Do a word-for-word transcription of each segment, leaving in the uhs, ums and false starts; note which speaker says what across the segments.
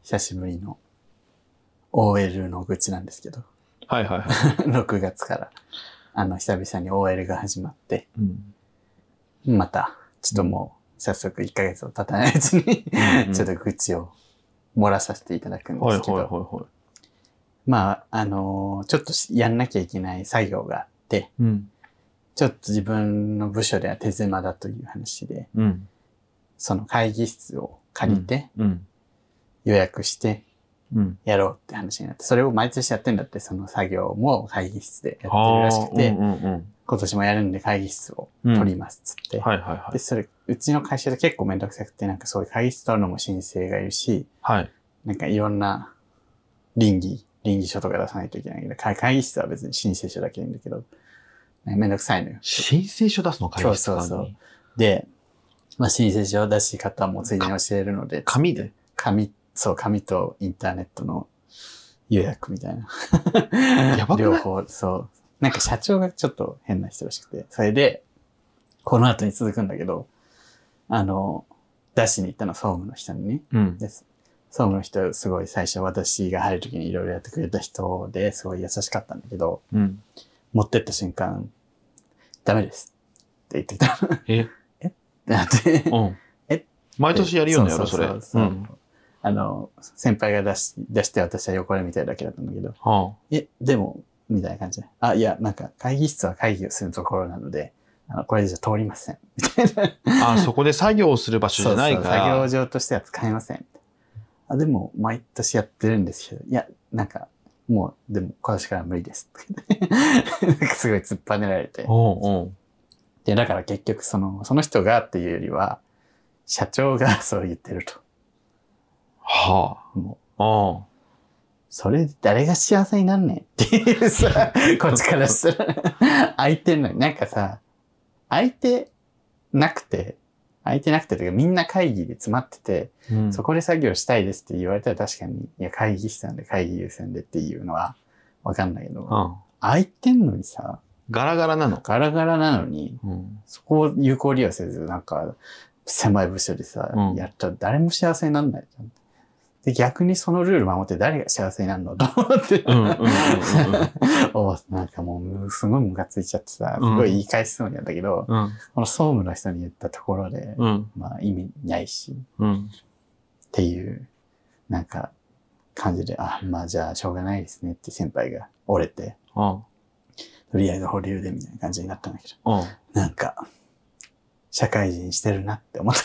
Speaker 1: 久しぶりの オーエル の愚痴なんですけど。
Speaker 2: はいはいはい。
Speaker 1: ろくがつから、あの、久々に オーエル が始まって、
Speaker 2: うん、
Speaker 1: また、ちょっともう、早速いっかげつを経たないうちに、うん、ちょっと愚痴を漏らさせていただくんですけど、はいはいはいはい、まあ、あのー、ちょっとやんなきゃいけない作業があって、うん、ちょっと自分の部署では手狭だという話で、うん、その会議室を借りて、うんうん、予約して、やろうって話になって、それを毎年やってんだって、その作業も会議室でやってるらしくて、うんうんうん、今年もやるんで会議室を取りますっつって、うんはいはいはい、で、それ、うちの会社で結構めんどくさくて、なんかそういう会議室取るのも申請がいるし、はい、なんかいろんな倫理、倫理書とか出さないといけないけど、会議室は別に申請書だけでいいんだけど、めんどくさいのよ。
Speaker 2: 申請書出すの会議室
Speaker 1: そうそうそう。で、まあ申請書出し方もついでに教えるので、
Speaker 2: 紙で
Speaker 1: 紙そう、紙とインターネットの予約みたいな。
Speaker 2: やばくない？
Speaker 1: 両方、そう。なんか社長がちょっと変な人らしくて、それで、この後に続くんだけど、あの、出しに行ったの、総務の人にね。うん、で総務の人、すごい最初私が入るときにいろいろやってくれた人ですごい優しかったんだけど、うん、持ってった瞬間、ダメですって言ってきた。
Speaker 2: え
Speaker 1: えってなって、うん、
Speaker 2: え毎年やるようなやろ、それ。そうそうそう、うん
Speaker 1: あの、先輩が出し、出して私は横で見てるだけだったんだけど、はあ、え、でも、みたいな感じで。あ、いや、なんか会議室は会議をするところなので、あの、これじゃ通りません。みたい
Speaker 2: な。あ、そこで作業をする場所じゃないから。
Speaker 1: そうそう、作業場としては使えません。あ、でも、毎年やってるんですけど、いや、なんか、もう、でも、今年から無理です。なんかすごい突っぱねられて。
Speaker 2: おうおう
Speaker 1: で、だから結局、その、その人がっていうよりは、社長がそう言ってると。
Speaker 2: はあ。もう。ああ。
Speaker 1: それで誰が幸せになんねんっていうさ、こっちからしたら。空いてんのに。なんかさ、空いてなくて、空いてなくてというかみんな会議で詰まってて、うん、そこで作業したいですって言われたら確かに、いや会議室なんで会議優先でっていうのはわかんないけど、うん、空いてんのにさ、
Speaker 2: ガラガラなの
Speaker 1: ガラガラなのに、うん、そこを有効利用せず、なんか、狭い部署でさ、うん、やったら誰も幸せになんないじゃん。で、逆にそのルール守って誰が幸せになるのと思って。うんうんうんうん、おなんかもう、すごいムカついちゃってさ、すごい言い返しそうになったけど、うん、この総務の人に言ったところで、うん、まあ意味ないし、うん、っていう、なんか、感じで、あ、まあじゃあしょうがないですねって先輩が折れて、うん、とりあえず保留でみたいな感じになったんだけど、うん、なんか、社会人してるなって思った。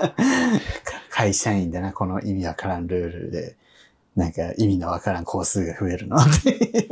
Speaker 1: 会社員でな、この意味わからんルールで、なんか意味のわからん工数が増えるのって。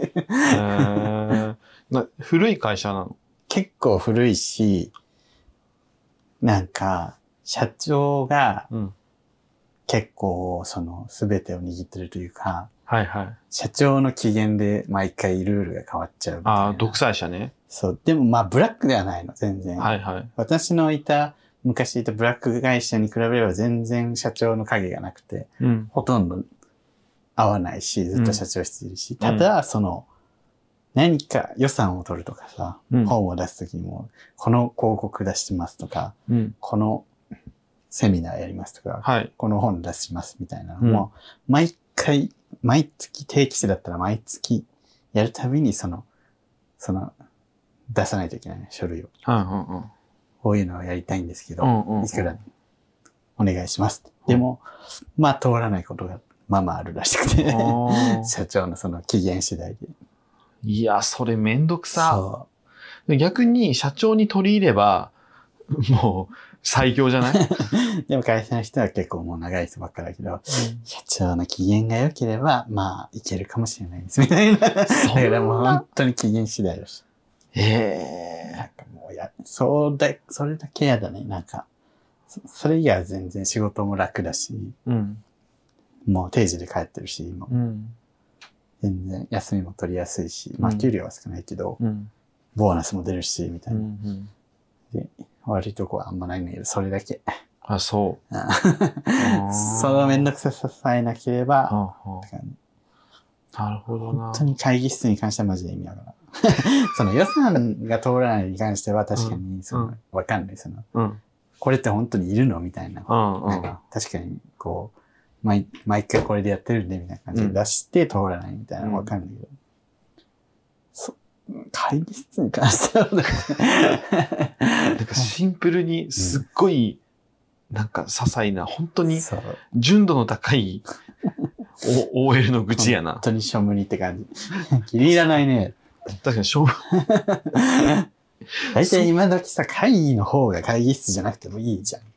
Speaker 2: へーな古い会社なの？
Speaker 1: 結構古いし、なんか、社長が、結構、その、すべてを握ってるというか、
Speaker 2: はいはい。
Speaker 1: 社長の機嫌で毎回ルールが変わっちゃうみたいな。
Speaker 2: ああ、独裁者ね。
Speaker 1: そう。でもまあ、ブラックではないの、全然。
Speaker 2: はいはい。
Speaker 1: 私のいた、昔いたブラック会社に比べれば全然社長の影がなくて、うん、ほとんど合わないし、ずっと社長室いるし、うん、ただ、その、何か予算を取るとかさ、うん、本を出すときにも、この広告出してますとか、うん、このセミナーやりますとか、はい、この本出しますみたいなのも、うん、毎回、毎月定期誌だったら毎月やるたびにその、その、出さないといけない書類を。うんうんうん、こういうのをやりたいんですけど、うんうんうん、いくらお願いします。でも、うん、まあ通らないことがまあまああるらしくて、社長のその期限次第で。
Speaker 2: いや、それめんどくさ。逆に社長に取り入れば、もう最強じゃない？
Speaker 1: でも会社の人は結構もう長い人ばっかだけど、うん、社長の機嫌が良ければ、まあいけるかもしれないですみたいな。だからもう本当に機嫌次第だし。
Speaker 2: へえ。
Speaker 1: なんかもうや、そうだ、それだけやだね。なんか、そ, それ以外は全然仕事も楽だし、うん、もう定時で帰ってるし、今、うん、全然休みも取りやすいし、まあ給料は少ないけど、うん、ボーナスも出るし、みたいな。うんうん、で悪いとこはあんまないんだけど、それだけ。
Speaker 2: あ、そう。
Speaker 1: そのめんどくさささえなければ、って感じ。
Speaker 2: なるほどな。
Speaker 1: 本当に会議室に関してはマジで意味わからん。その予算が通らないに関しては確かに、その、わ、うん、かんない。その、うん、これって本当にいるのみたいな。うんうん、なんか確かに、こう、 毎、毎回これでやってるんで、みたいな感じで出して通らないみたいなのわかるんだけど。うん、そ、会議室に関しては、
Speaker 2: なんかシンプルにすっごい、なんか些細な、本当に純度の高いオーエル の愚痴やな。
Speaker 1: 本当にしょむりって感じ。気に入らないね。
Speaker 2: 確かにしょむ
Speaker 1: 大体今時さ、会議の方が会議室じゃなくてもいいじゃん。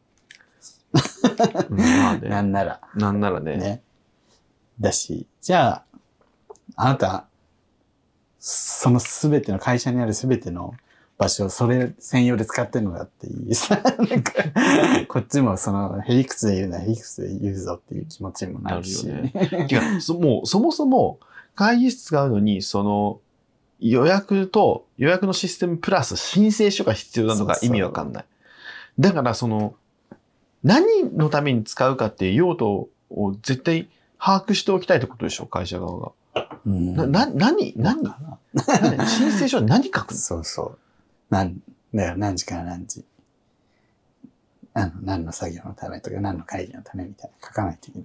Speaker 1: まあね、なんなら。
Speaker 2: なんならね。ね。
Speaker 1: だし、じゃあ、あなた、そのすべての会社にあるすべての場所をそれ専用で使ってるのだっていいさ。なんか、こっちもそのヘリクツで言うならヘリクツで言うぞっていう気持ちにもなるし。なるよね。
Speaker 2: 違う、そもうそもそも会議室使うのに、その予約と予約のシステムプラス申請書が必要なのが意味わかんない。そうそうだからその、何のために使うかっていう用途を絶対把握しておきたいってことでしょ、会社側が。うん、な、な、何何申請書に何書くの？
Speaker 1: そうそう。なん、だから何時から何時。あの、何の作業のためとか何の会議のためみたいな書かないといけない。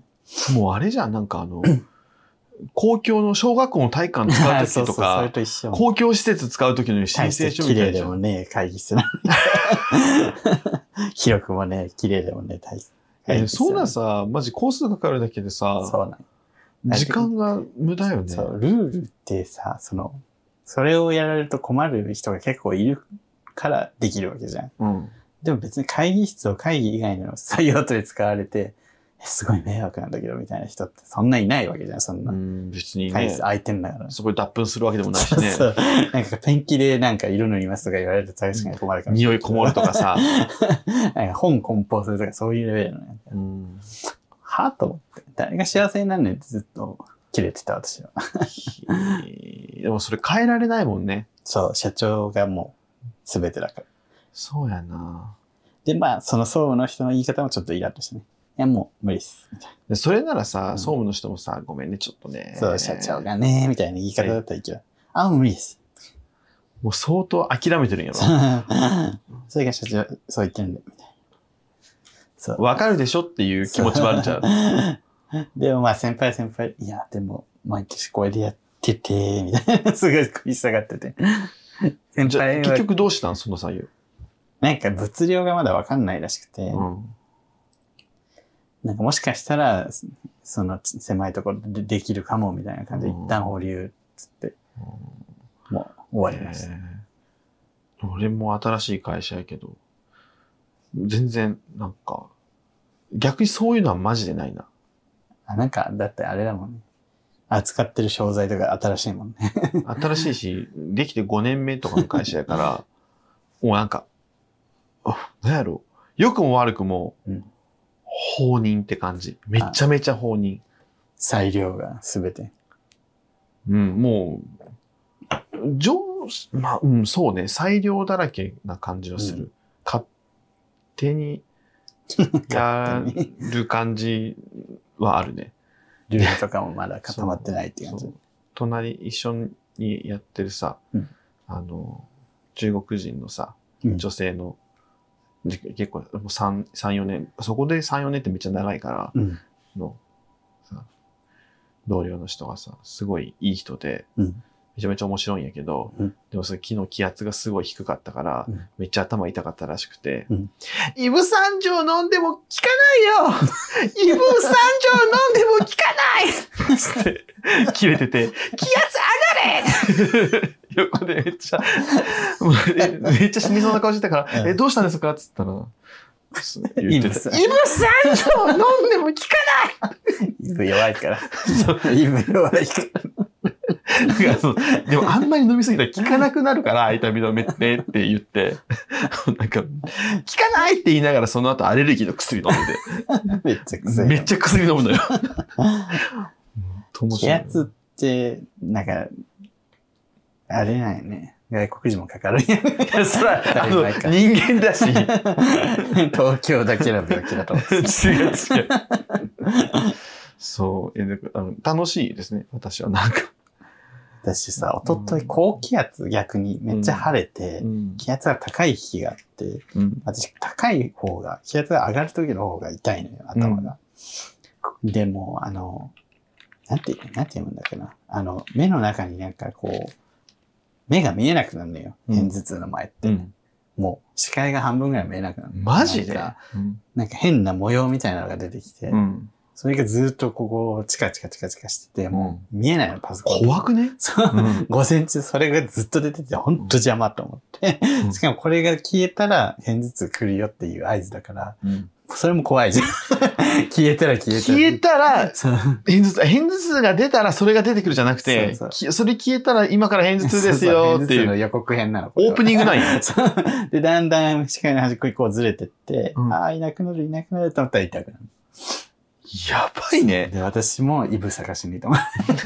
Speaker 2: もうあれじゃん、なんかあの、公共の小学校の体育館使うときとか、そうそうそれと一緒。公共施設使うときの申請書みたいな。
Speaker 1: 綺麗でもね、会議室なのに。広くもね、綺麗でもね、大
Speaker 2: え、そうなんさ、マジコースかかるだけでさ、そうなん時間が無駄よね。
Speaker 1: そう、ルールってさ、その、それをやられると困る人が結構いるからできるわけじゃん。うん。でも別に会議室を会議以外の作業とで使われて、すごい迷惑なんだけどみたいな人ってそんないないわけじゃん、そんな。うん、別にね。会議室空いてんだから。
Speaker 2: そこで脱粉するわけでもないしね。
Speaker 1: そうそう。なんかペンキでなんか色塗りますとか言われると確かに困るかもしれない。
Speaker 2: 匂いこもるとかさ。
Speaker 1: なんか本梱包するとかそういうレベルのね。うん。はぁと思って。誰が幸せになるねってずっと切れてた私は。
Speaker 2: でもそれ変えられないもんね。
Speaker 1: そう、社長がもう全てだから。
Speaker 2: そうやな。
Speaker 1: で、まあ、その総務の人の言い方もちょっとイラッとしてね。いや、もう無理っす。みたいな。
Speaker 2: でそれならさ、うん、総務の人もさ、ごめんね、ちょっとね。
Speaker 1: そう、社長がね、みたいな言い方だったらいいけど。あ、もう無理です。
Speaker 2: もう相当諦めてるんやろ。
Speaker 1: それが社長、そう言ってるんだよ、みたいな。
Speaker 2: そう。わかるでしょっていう気持ちもあるじゃん。
Speaker 1: でもまあ先輩先輩、いや、でも、毎年これでやってて、みたいな。すごい食い下がってて。
Speaker 2: 先輩は結局どうしたんその作業。
Speaker 1: なんか物量がまだわかんないらしくて。うん、なんかもしかしたら、その狭いところでできるかも、みたいな感じで一旦保留つって、うん、もう終わりました。
Speaker 2: 俺も新しい会社やけど、全然なんか、逆にそういうのはマジでないな。
Speaker 1: あ、なんか、だってあれだもんね。扱ってる商材とか新しいもんね。
Speaker 2: 新しいし、できてごねんめとかの会社やから、もうなんか、なんやろ、良くも悪くも、うん、放任って感じ。めちゃめちゃ放任。
Speaker 1: 裁量がすべて。
Speaker 2: うん、もう、上、まあ、うん、そうね、裁量だらけな感じはする。うん、勝手にやる感じはあるね。
Speaker 1: ルールとかもまだ固まってないっていう感じ。
Speaker 2: 隣一緒にやってるさ、うん、あの、中国人のさ、女性の、うん、結構さん、よねん、そこでさん、よねんってめっちゃ長いから、うん、のさ、同僚の人がさ、すごいいい人で、うん、めちゃめちゃ面白いんやけど、うん、でもそれ昨日気圧がすごい低かったから、うん、めっちゃ頭痛かったらしくて、うん、イブ三錠飲んでも効かないよイブ三錠飲んでも効かないって切れてて、気圧上がれ横でめっちゃ、めっちゃ死にそうな顔してたから、うん、え、どうしたんですかって言ったら、言ってた。イブ三錠飲んでも効かない
Speaker 1: イブ弱いから。イブ弱いから。
Speaker 2: でもあんまり飲みすぎたら効かなくなるから痛み止めってって言って、なんか、効かないって言いながらその後アレルギーの薬飲んで。
Speaker 1: めっちゃ薬。
Speaker 2: めっちゃ薬飲むのよ。
Speaker 1: 気圧って、なんか、あれなんよね。外国人もかかるんやね。
Speaker 2: いや、そら、あの、人間だし。
Speaker 1: 東京だけの病気だと思う。違う違う。
Speaker 2: そう、えあの、楽しいですね、私はなんか。
Speaker 1: 私さ、おととい高気圧逆にめっちゃ晴れて、うん、気圧が高い日があって、うん、私高い方が、気圧が上がる時の方が痛いのよ、頭が。 でも、あの、なんて、なんて読むんだっけな。あの、目の中になんかこう、目が見えなくなるのよ。片頭痛の前って。うん、もう、視界が半分ぐらい見えなくなる。
Speaker 2: マジで？
Speaker 1: なんか、うん、なんか変な模様みたいなのが出てきて、うん、それがずっとここをチカチカチカチカしてて、もう見えないの、パソコン。
Speaker 2: 怖くね？
Speaker 1: そう、うん、ごセンチそれがずっと出てて、ほんと邪魔と思って。うん、しかもこれが消えたら、片頭痛来るよっていう合図だから、うん、それも怖いじゃん。消えたら消えたら。
Speaker 2: 消えたら、片頭痛、片頭痛が出たらそれが出てくるじゃなくて、そうそう、それ消えたら今から片頭痛ですよっていう。そうそう、片頭痛の予
Speaker 1: 告編なの。
Speaker 2: オープニングなんや。
Speaker 1: で、だんだん視界の端っこにこうずれてって、うん、ああ、いなくなるいなくなると思ったら痛くなる。
Speaker 2: やばいね。
Speaker 1: で、私もイブ探しに行った。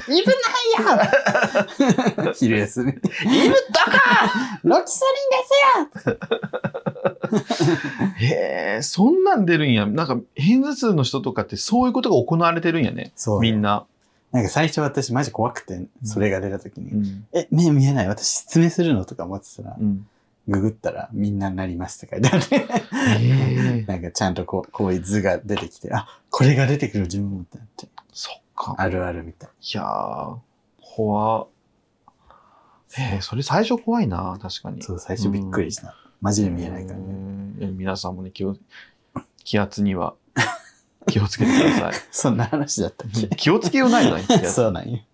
Speaker 1: イブないや昼休み。イブどかロキソリンですよ
Speaker 2: へえ、そんなん出るんや。なんか、片頭痛の人とかってそういうことが行われてるんやね。そう。みんな。
Speaker 1: なんか最初私マジ怖くて、それが出た時に、うん、え、目見えない私失明するのとか思ってたら、うん、ググったらみんななりますって書いてある。なんかちゃんとこう、こういう図が出てきて、あ、これが出てくる自分もってなって。
Speaker 2: そっか。
Speaker 1: あるあるみたい。
Speaker 2: いやー、怖っ。えー、それ最初怖いな、確かに。
Speaker 1: そう、最初びっくりした。うん、マジで見えないからね。
Speaker 2: えー、皆さんもね、気を、気圧には気をつけてください。
Speaker 1: そんな話だったっけ？
Speaker 2: 気をつけようないのね。
Speaker 1: そうなんよ。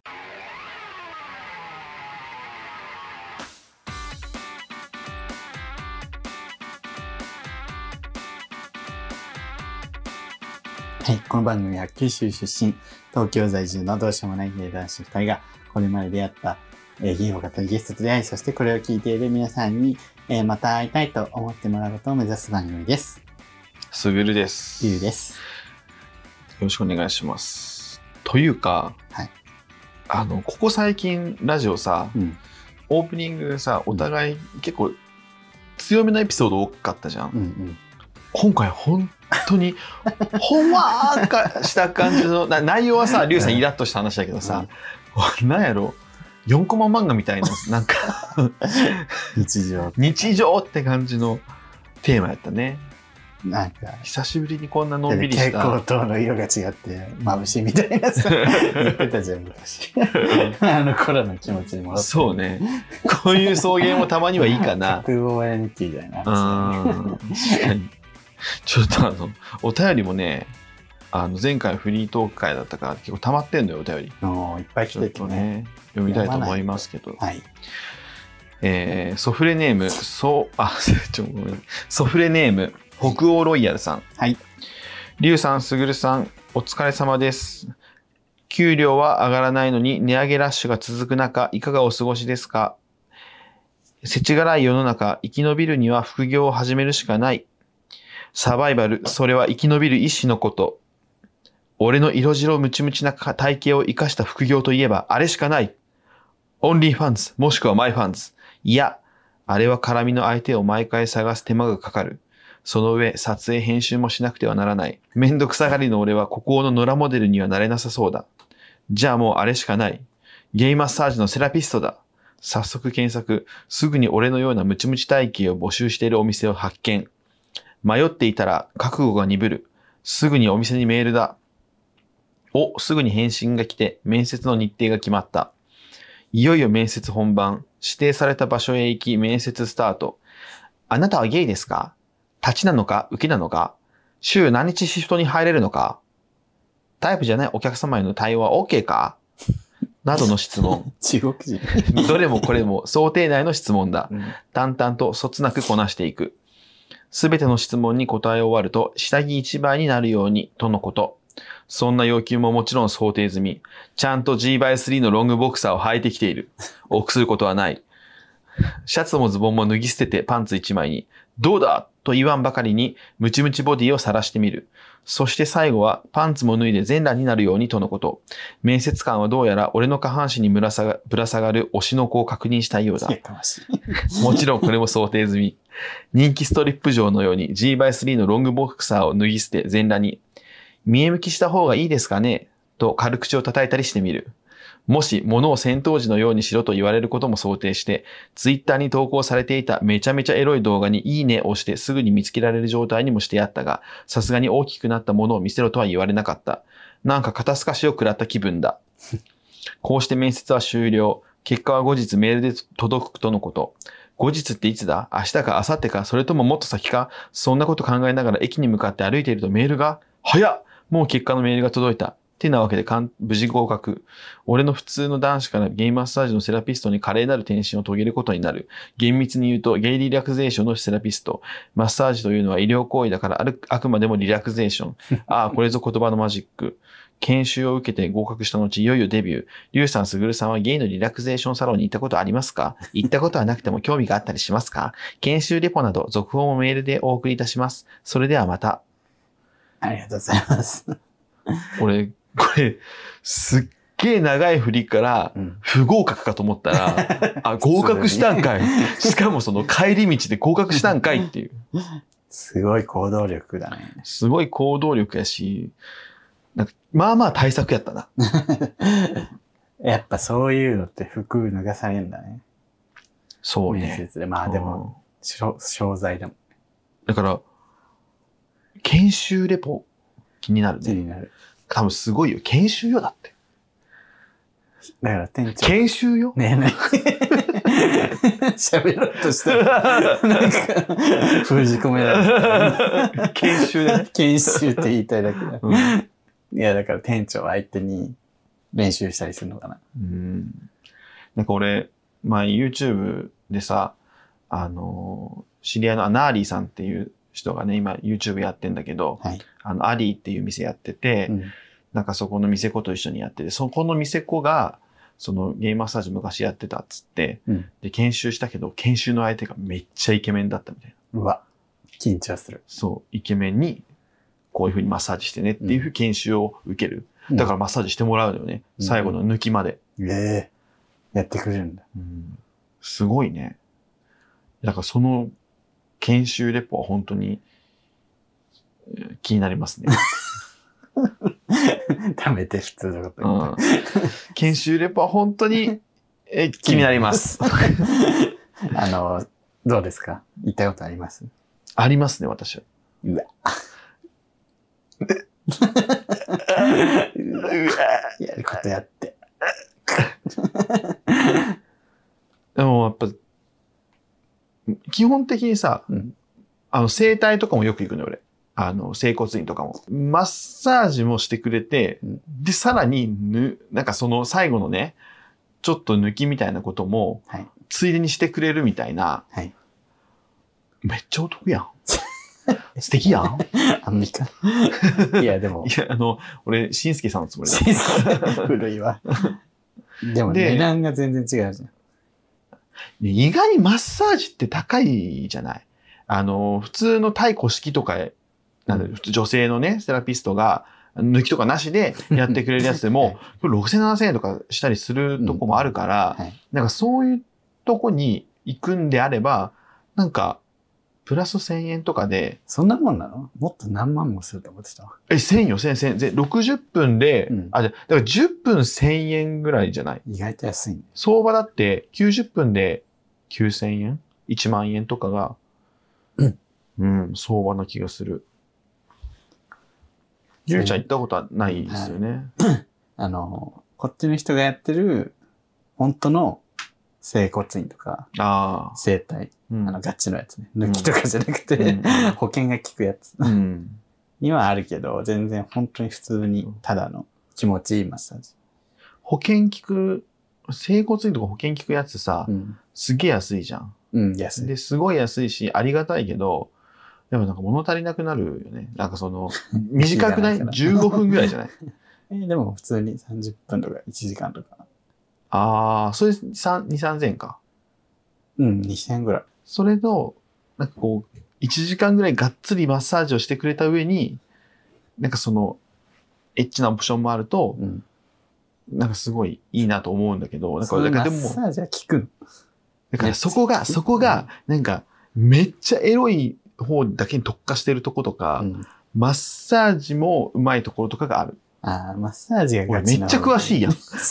Speaker 1: はい。この番組は九州出身、東京在住のどうしようもない芸男子ふたりが、これまで出会った、えー、芸能方にゲストと出会い、そしてこれを聞いている皆さんに、えー、また会いたいと思ってもらうことを目指す番組です。
Speaker 2: すぐるです。
Speaker 1: ゆうです。
Speaker 2: よろしくお願いします。というか、はい、あの、ここ最近ラジオさ、うん、オープニングさ、お互い結構強めなエピソード多かったじゃん。うんうん、今回本当にほんわーかした感じの内容はさ、リュウさんイラッとした話だけどさ、うん、なんやろよんコマ漫画みたいななんか
Speaker 1: 日常
Speaker 2: 日常って感じのテーマやったね。
Speaker 1: なんか
Speaker 2: 久しぶりにこんなのんびりした
Speaker 1: 蛍光灯の色が違って眩しいみたいなさ言ってたじゃん昔あの頃の気持ちに戻って。
Speaker 2: そうね、こういう草原もたまにはいいかな。
Speaker 1: 覚悟や日記みたいな
Speaker 2: 話、ね、確かに。ちょっとあのお便りもね、あの前回フリートーク会だったから結構溜まってんのよ、お便り。
Speaker 1: おいっぱい来てて
Speaker 2: ね, ね読みたいと思いますけど、
Speaker 1: はい、
Speaker 2: えー、ソフレネームそあちょごめんソフレネーム北欧ロイヤルさん。
Speaker 1: はい。
Speaker 2: リュウさん、スグルさん、お疲れ様です。給料は上がらないのに値上げラッシュが続く中、いかがお過ごしですか？世知辛い世の中、生き延びるには副業を始めるしかない。サバイバル、それは生き延びる意志のこと。俺の色白ムチムチな体型を生かした副業といえばあれしかない。オンリーファンズ、もしくはマイファンズ。いや、あれは絡みの相手を毎回探す手間がかかる。その上、撮影編集もしなくてはならない。めんどくさがりの俺は孤高の野良モデルにはなれなさそうだ。じゃあもうあれしかない。ゲイマッサージのセラピストだ。早速検索。すぐに俺のようなムチムチ体型を募集しているお店を発見。迷っていたら覚悟が鈍る。すぐにお店にメールだ。お、すぐに返信が来て面接の日程が決まった。いよいよ面接本番。指定された場所へ行き面接スタート。あなたはゲイですか？立ちなのか受けなのか？週何日シフトに入れるのか？タイプじゃないお客様への対応は OK か？などの質問。
Speaker 1: 中国人。
Speaker 2: どれもこれも想定内の質問だ。うん、淡々とそつなくこなしていく。すべての質問に答え終わると下着一枚になるようにとのこと。そんな要求ももちろん想定済み。ちゃんと ジーバイスリー のロングボクサーを履いてきている。臆することはない。シャツもズボンも脱ぎ捨ててパンツ一枚に。どうだと言わんばかりにムチムチボディを晒してみる。そして最後はパンツも脱いで全裸になるようにとのこと。面接官はどうやら俺の下半身にぶら下が、ぶら下がる推しの子を確認したいようだ。もちろんこれも想定済み。人気ストリップ場のように ジーバイスリー のロングボクサーを脱ぎ捨て全裸に。見え向きした方がいいですかねと軽口を叩いたりしてみる。もし物を戦闘時のようにしろと言われることも想定して、ツイッターに投稿されていためちゃめちゃエロい動画にいいねを押してすぐに見つけられる状態にもしてやったが、さすがに大きくなったものを見せろとは言われなかった。 なんか肩透かしを食らった気分だ。こうして面接は終了。結果は後日メールで届くとのこと。後日っていつだ？明日か明後日か、それとももっと先か？そんなこと考えながら駅に向かって歩いているとメールが、早っ！もう結果のメールが届いた。ってなわけで無事合格。俺の普通の男子からゲイマッサージのセラピストに華麗なる転身を遂げることになる。厳密に言うと、ゲイリラクゼーションのセラピスト。マッサージというのは医療行為だからある、あくまでもリラクゼーション。ああ、これぞ言葉のマジック。研修を受けて合格した後、いよいよデビュー。リュウさん、スグルさんはゲイのリラクゼーションサロンに行ったことありますか？行ったことはなくても興味があったりしますか？研修レポなど、続報もメールでお送りいたします。それではまた。
Speaker 1: ありがとうございます。
Speaker 2: 俺、これ、すっげえ長い振りから不合格かと思ったら、あ、合格したんかい。しかもその帰り道で合格したんかいっていう。
Speaker 1: すごい行動力だね。
Speaker 2: すごい行動力やし、なんかまあまあ対策やったな。
Speaker 1: やっぱそういうのって服脱がされるんだね。
Speaker 2: そうね。
Speaker 1: 面接で。まあでも、商材だもん。
Speaker 2: だから、研修レポ気になるね。
Speaker 1: 気になる。
Speaker 2: 多分すごいよ。研修よだって。
Speaker 1: だから店長。
Speaker 2: 研修よ
Speaker 1: ねえねえ。喋ろうとしたら、なんか、封じ込められる。
Speaker 2: 研修でね。
Speaker 1: 研修って言いたいだけだ。
Speaker 2: うん、い
Speaker 1: や、だから店長相手に練習したりするのかな。
Speaker 2: うん。なんか俺、前 YouTube でさ、あの、知り合いのナーリーさんっていう人がね、今 YouTube やってんだけど、
Speaker 1: はい、
Speaker 2: あの、アリーっていう店やってて、うん、なんかそこの店子と一緒にやってて、そこの店子が、そのゲイマッサージ昔やってたっつって、うん、で、研修したけど、研修の相手がめっちゃイケメンだったみたいな。
Speaker 1: うわ、緊張する。
Speaker 2: そう、イケメンに、こういう風にマッサージしてねっていう研修を受ける。うん、だからマッサージしてもらうのよね。うん、最後の抜きまで。
Speaker 1: ええー、やってくれるんだ、
Speaker 2: うん。すごいね。だからその研修レポは本当に気になりますね。
Speaker 1: 食べて普通のこと言った、
Speaker 2: うん。研修レポは本当にえ気になります。
Speaker 1: あの、どうですか？行ったことあります？
Speaker 2: ありますね、私は。
Speaker 1: うわ。やることやって。
Speaker 2: でもやっぱ、基本的にさ、うん、あの、整体とかもよく行くのよ、俺。あの、整骨院とかも。マッサージもしてくれて、うん、で、さらに、ぬ、なんかその最後のね、ちょっと抜きみたいなことも、はい、ついでにしてくれるみたいな。はい、めっちゃお得やん。素敵やん。
Speaker 1: アンミカ。いや、でも。
Speaker 2: いや、あの、俺、しんすけさんのつもりだ。
Speaker 1: しんすけ古いわ。でも値段が全然違うじゃん。
Speaker 2: 意外にマッサージって高いじゃない。あの、普通の太鼓式とか、なんだ、女性のね、セラピストが、抜きとかなしでやってくれるやつでも、はい、ろくせんななせんえんとかしたりするとこもあるから、うんはい、なんかそういうとこに行くんであれば、なんか、プラスせんえんとかで。
Speaker 1: そんなもんなの？もっと何万もすると思ってた。
Speaker 2: え、せんよ、せん、せん。で、ろくじゅっぷんで、うん、あ、だからじゅっぷんせんえんぐらいじゃない？
Speaker 1: 意外と安いね。
Speaker 2: 相場だってきゅうじゅっぷんできゅうせんえん ?いちまんえんとかが、うん、うん、相場な気がする。ゆうちゃん行ったことはないですよね。
Speaker 1: はい、あの、こっちの人がやってる、本当の整骨院とか、
Speaker 2: あ
Speaker 1: 整体、うん、あの、ガチのやつね。抜きとかじゃなくて、うん、保険が効くやつ、うん、にはあるけど、全然本当に普通に、ただの気持ちいいマッサージ。
Speaker 2: 保険効く、整骨院とか保険効くやつさ、うん、すげえ安いじゃん。
Speaker 1: うん、安い。
Speaker 2: で、すごい安いし、ありがたいけど、でもなんか物足りなくなるよね。なんかその、短くない ?じゅうご 分ぐらいじゃない
Speaker 1: えー、でも普通にさんじゅっぷんとかいちじかんとか。
Speaker 2: ああ、それに、さん、さんぜんえんか。
Speaker 1: うん、にせんえんぐらい。
Speaker 2: それと、なんかこう、いちじかんぐらいがっつりマッサージをしてくれた上に、なんかその、エッチなオプションもあると、うん、なんかすごいいいなと思うんだけど、なんか、
Speaker 1: だからでも、マッサージは効くの。
Speaker 2: だからそこが、そこが、なんか、めっちゃエロい方だけに特化してるとことか、うん、マッサージもうまいところとかがある。
Speaker 1: ああ、マッサージがガチな。
Speaker 2: めっちゃ詳しいやん。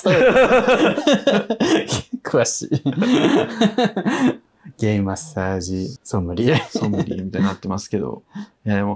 Speaker 1: 詳しい。ゲイマッサージソムリエ。
Speaker 2: ソムリエみたいになってますけど。いやでも、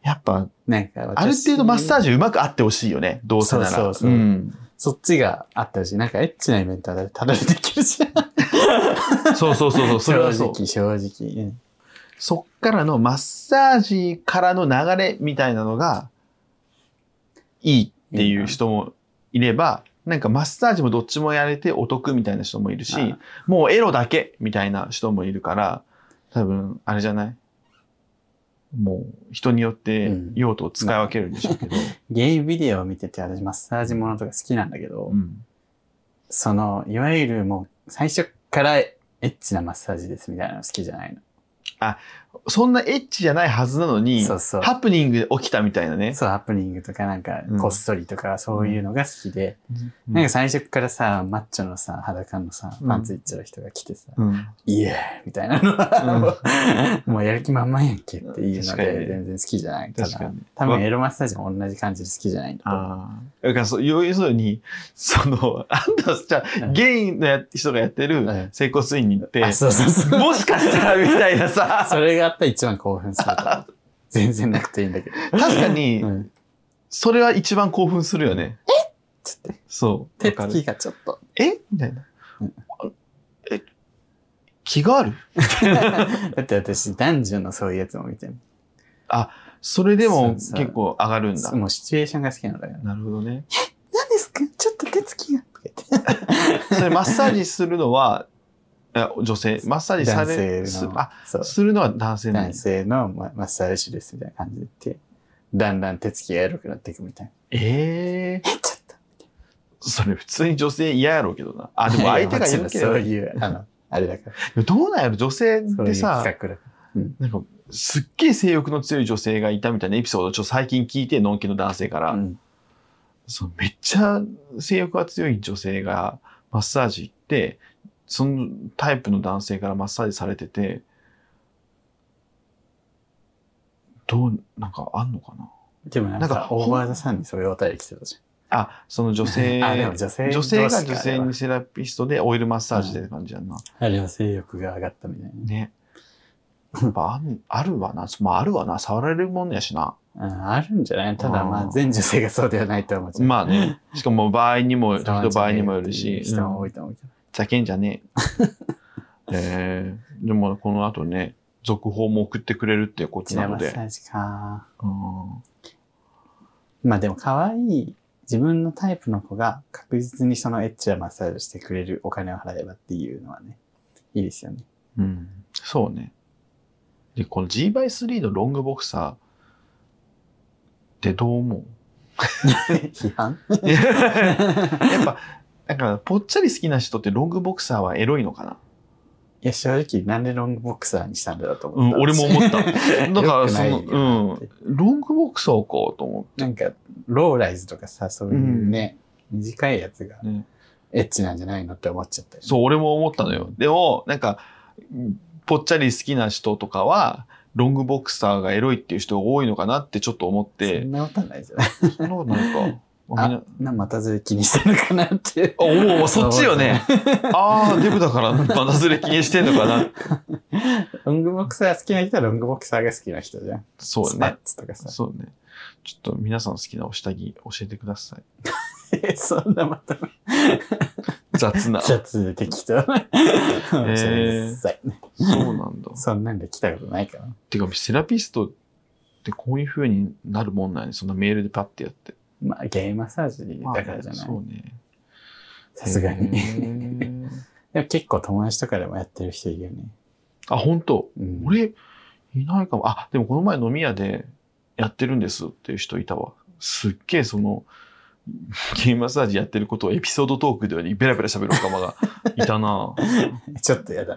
Speaker 2: やっぱ、
Speaker 1: なんか
Speaker 2: ある程度マッサージうまくあってほしいよね。どうせなら。
Speaker 1: そうそうそう。うん、そっちがあってほしい。なんかエッチなイベントはただでできるじゃん。
Speaker 2: そうそうそうそう。それはそう。
Speaker 1: 正直、正直。うん、
Speaker 2: そっからのマッサージからの流れみたいなのがいいっていう人もいれば、なんかマッサージもどっちもやれてお得みたいな人もいるし、もうエロだけみたいな人もいるから、多分、あれじゃない？もう人によって用途を使い分けるんでしょうけど。うん、
Speaker 1: ゲイビデオを見てて私マッサージものとか好きなんだけど、うん、その、いわゆるもう最初からエッチなマッサージですみたいなの好きじゃないの。
Speaker 2: あ、そんなエッチじゃないはずなのに、
Speaker 1: そうそう
Speaker 2: ハプニング起きたみたいなね。
Speaker 1: そう、ハプニングとかなんか、こっそりとかそういうのが好きで、うん、なんか最初からさ、マッチョのさ、裸のさ、パンツいっちゃう人が来てさ、うん、イエーみたいなのは、うん、もうやる気満々やんけっていうので、全然好きじゃない。確かに。多分エロマッサージも同じ感じで好きじゃないんだと思う。
Speaker 2: ああ。だからそう、要するに、その、あんた、じゃあ、ゲイの人がやってる整骨院に行って、うん、そうそうそうもしかしたらみたいなさ、
Speaker 1: それがあったら一番興奮するから全然なくていいんだけど。
Speaker 2: 確かに、うん、それは一番興奮するよね。
Speaker 1: えっつって。
Speaker 2: そう。
Speaker 1: 手つきがちょっと。
Speaker 2: えみたいな。うん、え気がある
Speaker 1: だって私、男女のそういうやつも見てる。
Speaker 2: あ、それでも結構上がるんだ。
Speaker 1: もうシチュエーションが好きなんだよ。
Speaker 2: なるほどね。
Speaker 1: え何ですかちょっと手つきが。とか言って。
Speaker 2: それマッサージするのは、女性、マッサージされる、あ、するのは男性
Speaker 1: なん男性のマッサージ師ですみたいな感じで言って、だんだん手つきがエロくなっていくみたいな。
Speaker 2: ええー。
Speaker 1: え、ちょっ
Speaker 2: と。それ普通に女性嫌やろうけどな。あ、でも相手がいるけど。
Speaker 1: そういう、あの、あれだから。
Speaker 2: どうなんやろ女性ってさ、
Speaker 1: うん、
Speaker 2: なんか、すっげえ性欲の強い女性がいたみたいなエピソードをちょっと最近聞いて、のんきの男性から、うん、そうめっちゃ性欲が強い女性がマッサージ行って、そのタイプの男性からマッサージされてて、どう、なんかあんのかな。
Speaker 1: でもなんか、オーバーザさんにそういうお便り来てたじ
Speaker 2: ゃん。あ、その女性、
Speaker 1: あでも女性
Speaker 2: 女性が女性にセラピストでオイルマッサージで感じやんな。
Speaker 1: あれは性欲が上がったみたいな。
Speaker 2: ね。やっぱある、あるわな。まああるわな。触られるもんやしな。
Speaker 1: うん、あるんじゃないただまあ全女性がそうではないと思う。
Speaker 2: まあね。しかも場合にも、人場合にもよるし。
Speaker 1: 人も多いと思うけど。
Speaker 2: ざけんじゃねえ。えー、でもこの後ね、続報も送ってくれるっていうことなので。
Speaker 1: マッサージか。うん。まあでも可愛い自分のタイプの子が確実にそのエッチなマッサージしてくれるお金を払えばっていうのはね、いいですよね。
Speaker 2: うん。そうね。で、この ジーバイスリー のロングボクサーってどう思う？
Speaker 1: 批判
Speaker 2: やっぱ、なんか、ぽっちゃり好きな人ってロングボクサーはエロいのかな？
Speaker 1: いや、正直、なんでロングボクサーにしたんだろうと思った。
Speaker 2: うん、俺も思った。だから、その、うん。ロングボクサーかと思って。
Speaker 1: なんか、ローライズとかさ、そういうね、うん、短いやつが、エッチなんじゃないのって思っちゃったよね。
Speaker 2: そう、俺も思ったのよ。でも、なんか、ぽっちゃり好きな人とかは、ロングボクサーがエロいっていう人が多いのかなってちょっと思って。
Speaker 1: そんなことないじゃない。
Speaker 2: そんなことないか。
Speaker 1: あ、な、またずれ気にしてるのかなって。
Speaker 2: あ、もうそっちよね。ああ、デブだからまたずれ気にしてんのかなって。
Speaker 1: ロングボクサー好きな人はロングボクサーが好きな人じゃん。
Speaker 2: そうね。
Speaker 1: スパッツとかさ。
Speaker 2: そうね。ちょっと皆さん好きなお下着教えてください。
Speaker 1: え、そんなまた。
Speaker 2: 雑な。
Speaker 1: 雑で適当。え
Speaker 2: ー、そうなんだ。
Speaker 1: そんなんで来たことないかな。
Speaker 2: てか、セラピストってこういう風になるもんなんやね。そんなメールでパッてやって。
Speaker 1: まあ、ゲイマッサージだからじゃない。
Speaker 2: そうね。
Speaker 1: さすがに。でも結構友達とかでもやってる人いるよね。
Speaker 2: あ、本当、うん、俺、いないかも。あ、でもこの前飲み屋でやってるんですっていう人いたわ。すっげえその、ゲイマッサージやってることをエピソードトークではベラベラ喋るおかまがいたな
Speaker 1: ちょっとやだ。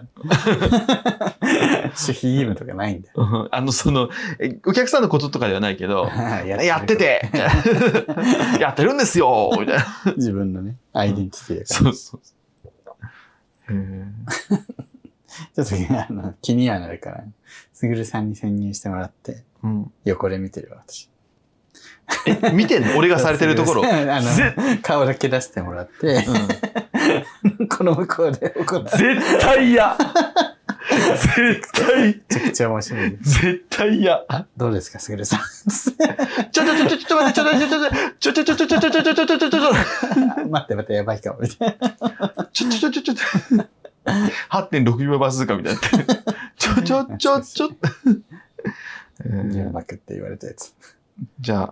Speaker 1: 守秘義務とかないんだ
Speaker 2: よ。あの、その、お客さんのこととかではないけど、や, やっててやってるんですよみたいな。
Speaker 1: 自分のね、アイデンティティだ
Speaker 2: から、うん。そうそう
Speaker 1: そう。へちょっとあの気にはなるから、すぐるさんに潜入してもらって、うん、横で見てるわ、私。
Speaker 2: え、見てんの？俺がされてるところ。
Speaker 1: あの、顔だけ出してもらって、うん、この向こうで怒って。
Speaker 2: 絶対嫌絶対。
Speaker 1: めちゃくちゃ面白い。
Speaker 2: 絶対嫌。
Speaker 1: あ、どうですか、すぐるさん。
Speaker 2: ちょちょちょちょちょ待って、ちょちょちょちょちょちょちょちょちょちょちょちょちょちょちょ
Speaker 1: 待って待って、やばいかも、みたいな。
Speaker 2: ちょちょちょちょちょ はってんろくびょうバズーカみたいな。ちょちょちょちょ
Speaker 1: うまくって言われたやつ。
Speaker 2: じゃあ、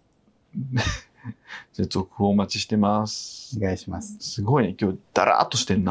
Speaker 2: じゃあ続報お待ちしてます。
Speaker 1: お願いします。
Speaker 2: すごいね、今日ダラーっとしてんな。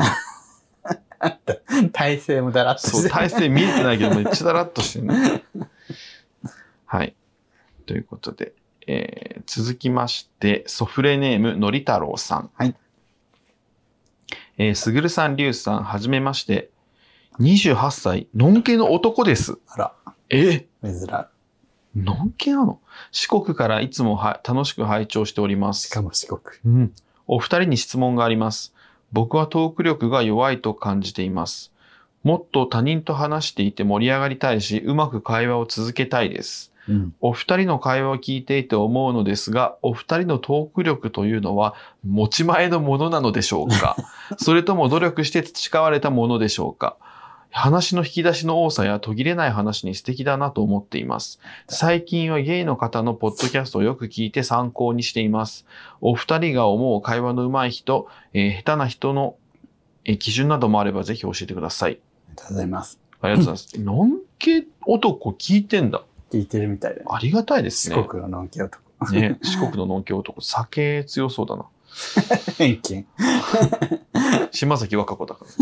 Speaker 1: 体勢もダラッとしてる。
Speaker 2: そう、体勢見えてないけどめっちゃダラッとしてるな。はい。ということで、えー、続きまして、ソフレネームのり太郎さん。
Speaker 1: はい。
Speaker 2: えー、すぐるさん、りゅうさん、はじめまして。にじゅうはっさい、のんけの男です。
Speaker 1: あら。
Speaker 2: え
Speaker 1: 珍。
Speaker 2: のんけなの？四国からいつもは楽しく拝聴しております。
Speaker 1: しかも四国。
Speaker 2: うん。お二人に質問があります。僕はトーク力が弱いと感じています。もっと他人と話していて盛り上がりたいし、うまく会話を続けたいです。
Speaker 1: うん、
Speaker 2: お二人の会話を聞いていて思うのですが、お二人のトーク力というのは持ち前のものなのでしょうか？それとも努力して培われたものでしょうか？話の引き出しの多さや途切れない話に素敵だなと思っています。最近はゲイの方のポッドキャストをよく聞いて参考にしています。お二人が思う会話の上手い人、えー、下手な人の、えー、基準などもあればぜひ教えてください。
Speaker 1: ありがとうございます。
Speaker 2: ありがとうございます。のんけ男聞いてんだ。
Speaker 1: 聞いてるみたいだね。
Speaker 2: ありがたいですね。
Speaker 1: 四国ののんけ男。
Speaker 2: ね、四国ののんけ男。酒強そうだな。
Speaker 1: 偏見。
Speaker 2: 島崎和歌子だから。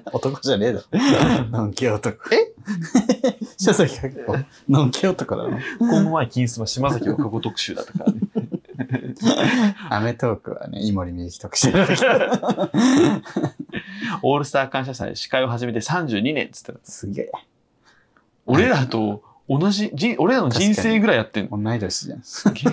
Speaker 1: 男じゃねえだろ。のんけ男。
Speaker 2: え
Speaker 1: 島崎和歌子。のんけ男だろ。
Speaker 2: この前、金スマ島崎和歌子特集だったからね。
Speaker 1: アメトークはね、井森美幸特集だけど。
Speaker 2: オールスター感謝祭司会を始めてさんじゅうにねんっつってた。
Speaker 1: すげえ。
Speaker 2: 俺らと同じ、じ俺らの人生ぐらいやってんの。
Speaker 1: 同い年じゃん。
Speaker 2: すげえ。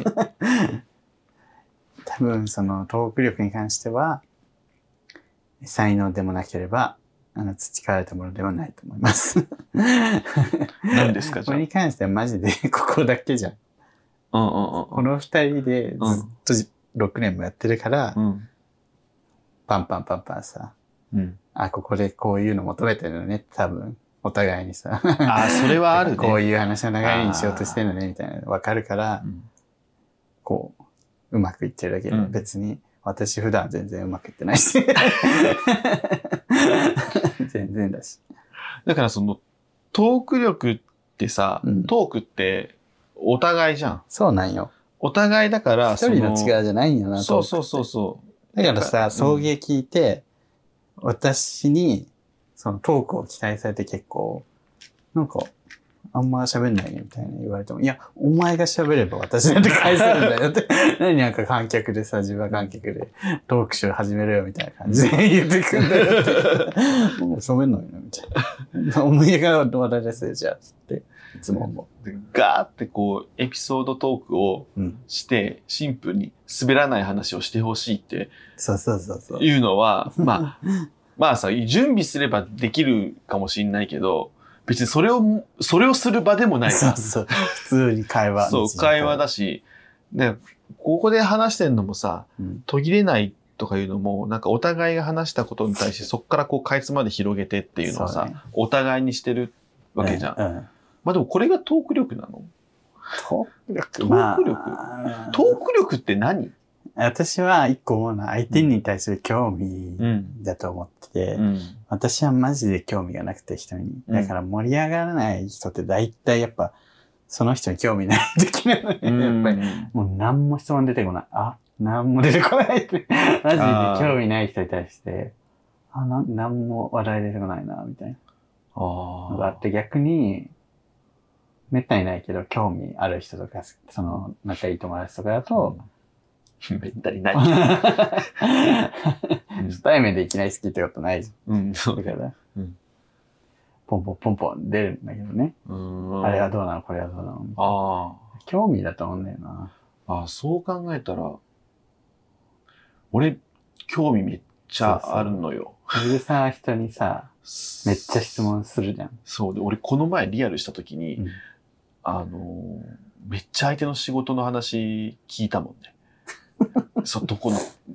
Speaker 1: 多分、そのトーク力に関しては、才能でもなければ、あの、培われたものではないと思います。
Speaker 2: 何ですか、じゃあ。
Speaker 1: これに関してはマジでここだけじゃん。
Speaker 2: うんうんうん。
Speaker 1: この二人でずっとろくねんもやってるから、
Speaker 2: うん、
Speaker 1: パンパンパンパンさ、
Speaker 2: うん、
Speaker 1: あ、ここでこういうの求めてるのね、多分、お互いにさ。
Speaker 2: あ、それはあるね。
Speaker 1: こういう話の流れにしようとしてるのね、みたいなのわかるから、うん、こう、うまくいってるだけで、うん、別に、私普段全然うまくいってないし。全然だし。
Speaker 2: だからその、トーク力ってさ、うん、トークってお互いじゃん。
Speaker 1: そうなんよ。
Speaker 2: お互いだから、
Speaker 1: 一人の力じゃないんよな、
Speaker 2: そうそうそうそう。
Speaker 1: だからさ、送迎聞いて、うん、私に、そのトークを期待されて結構、なんか、あんま喋んないねみたいな言われても、いや、お前が喋れば私なんて返せるんだよって。何なんか観客でさ、自分は観客でトークショー始めるよみたいな感じで言ってくんだよって。もう喋んないのみたいな。お前が話題ですよ、じゃあ、つって。いつも思
Speaker 2: う。ガーってこう、エピソードトークをして、シンプルに滑らない話をしてほしいって。
Speaker 1: そうそうそうそう。
Speaker 2: いうのは、まあ、まあさ、準備すればできるかもしれないけど、別にそれを、それをする場でもないから。
Speaker 1: そうそう。普通に会話。
Speaker 2: そう、会話だし、で、ここで話してんのもさ、うん、途切れないとかいうのも、なんかお互いが話したことに対してそこからこうかいつまで広げてっていうのをさ、ね、お互いにしてるわけじゃん。うんうん、まあでもこれがトーク力なの？
Speaker 1: トーク力
Speaker 2: トーク力、まあ、トーク力って何？
Speaker 1: 私は一個思うのは相手に対する興味だと思ってて、うん、私はマジで興味がなくて人に。だから盛り上がらない人って大体やっぱその人に興味ない時なのね。うん、やっぱりもう何も質問出てこない。あ、何も出てこないって。マジで興味ない人に対して、あ、な何も話題出てこないな、みたいな。ああ。あって逆に、めったにないけど興味ある人とか、その仲いい友達とかだと、
Speaker 2: うん、めったにない。
Speaker 1: 初対面でいきなり好きってことないじゃん。うん、そうだから、うん、ポンポンポンポン出るんだけどね。うんあれはどうなのこれはどうなのああ。興味だと思うんだよな。
Speaker 2: ああ、そう考えたら、俺、興味めっちゃあるのよ。
Speaker 1: それでさ、人にさ、めっちゃ質問するじゃん。
Speaker 2: そうで、俺この前リアルした時に、うん、あのー、めっちゃ相手の仕事の話聞いたもんね。そう、どこの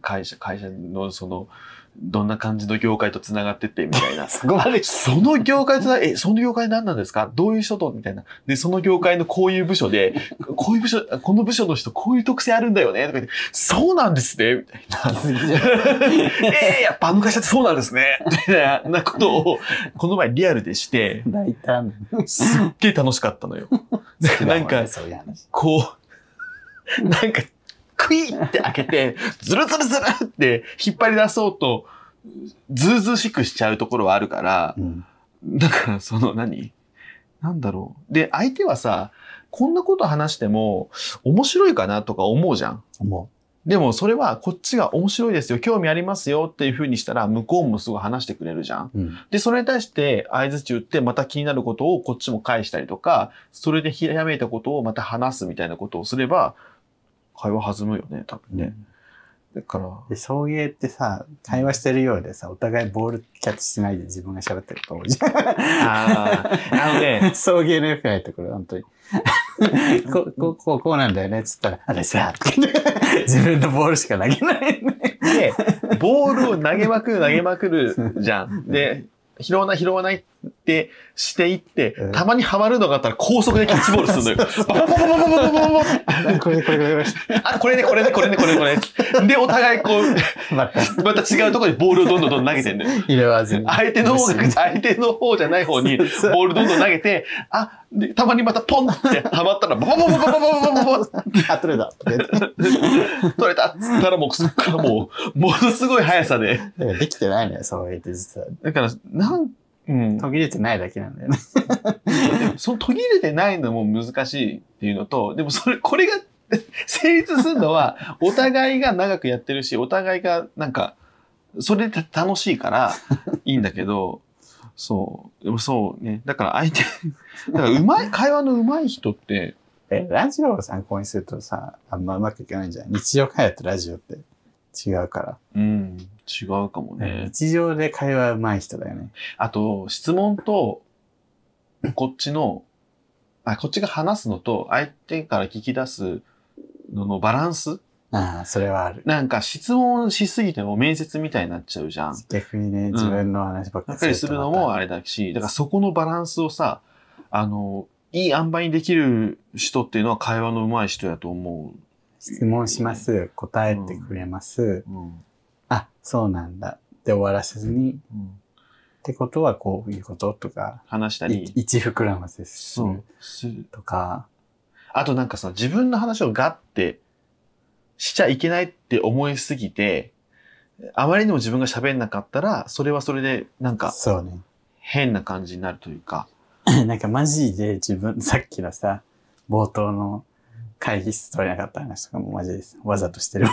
Speaker 2: 会社、会社のその、どんな感じの業界と繋がってってみたいな。
Speaker 1: そこまで。
Speaker 2: その業界とな、え、その業界何なんですか？どういう人とみたいな。で、その業界のこういう部署で、こういう部署、この部署の人こういう特性あるんだよねとか言って、そうなんですねみたいな。えー、やっぱあの会社ってそうなんですねみたいなことを、この前リアルでして、
Speaker 1: 大胆。
Speaker 2: すっげえ楽しかったのよ。なんか、こう、なんか、クイーって開けて、ズルズルズルって引っ張り出そうと、ずうずうしくしちゃうところはあるから、うん、だからその何なんだろう。で、相手はさ、こんなこと話しても面白いかなとか思うじゃん。
Speaker 1: 思
Speaker 2: う。でもそれはこっちが面白いですよ、興味ありますよっていう風にしたら向こうもすごい話してくれるじゃん。うん、で、それに対して相槌打ってまた気になることをこっちも返したりとか、それでひらめいたことをまた話すみたいなことをすれば、会話弾むよね、多分ね。うん、だから。
Speaker 1: で、送迎ってさ、会話してるようでさ、お互いボールキャッチしないで自分が喋ってると多いじゃん。
Speaker 2: ああ、あのね。
Speaker 1: 送迎の良くないところ、本当に。こう、こう、こう、こうなんだよね、つったら、あれさ、自分のボールしか投げないね。
Speaker 2: で、ボールを投げまくる、投げまくるじゃん。で、拾わない、拾わないってしていって、うん、たまにハマるのがあったら高速でキャッチボールするのよ。ババババババババババ
Speaker 1: これね、これこれ。
Speaker 2: あ、これね、これね、これね、これこれ。で、お互いこう、また、また違うところにボールをどんどんどん投げてんのよ。
Speaker 1: 入れわずに。
Speaker 2: 相手の方が、相手の方じゃない方にボールどんどん投げて、あ、で、たまにまたポンってハマったら、ババババババババババ
Speaker 1: あ、取れた。
Speaker 2: 取れたっつったらもう、そっからもう、ものすごい速さで。
Speaker 1: できてないのよ、そう言って実は。
Speaker 2: だから、なんうん、
Speaker 1: 途切れてないだけなんだよね。
Speaker 2: でもその途切れてないのも難しいっていうのと、でもそれ、これが成立するのは、お互いが長くやってるし、お互いがなんか、それで楽しいからいいんだけど、そう、でもそうね。だから相手、だからうまい、会話のうまい人って、
Speaker 1: え、ラジオを参考にするとさ、あんまうまくいかないんじゃない？日常会話とラジオって違うから。
Speaker 2: うん。違うかもね。
Speaker 1: 日常で会話上手い人だよね。
Speaker 2: あと、質問と、こっちの、あ、こっちが話すのと、相手から聞き出すののバランス？
Speaker 1: ああ、それはある。
Speaker 2: なんか質問しすぎても面接みたいになっちゃうじゃん。
Speaker 1: 逆にね、自分の話ばっかり
Speaker 2: する。ばっかりするのもあれだし、だからそこのバランスをさ、あの、いい塩梅にできる人っていうのは会話の上手い人やと思う。
Speaker 1: 質問します。答えてくれます。うんうん、あ、そうなんだ。で終わらせずに、うん、ってことはこういうこととか。
Speaker 2: 話したり。
Speaker 1: 一膨らませする。
Speaker 2: する。
Speaker 1: とか。
Speaker 2: あとなんかさ、自分の話をガッてしちゃいけないって思いすぎて、あまりにも自分が喋んなかったら、それはそれでなんか、
Speaker 1: そうね。
Speaker 2: 変な感じになるというか。
Speaker 1: なんかマジで自分、さっきのさ、冒頭の会議室取れなかった話とかもマジです。わざとしてる。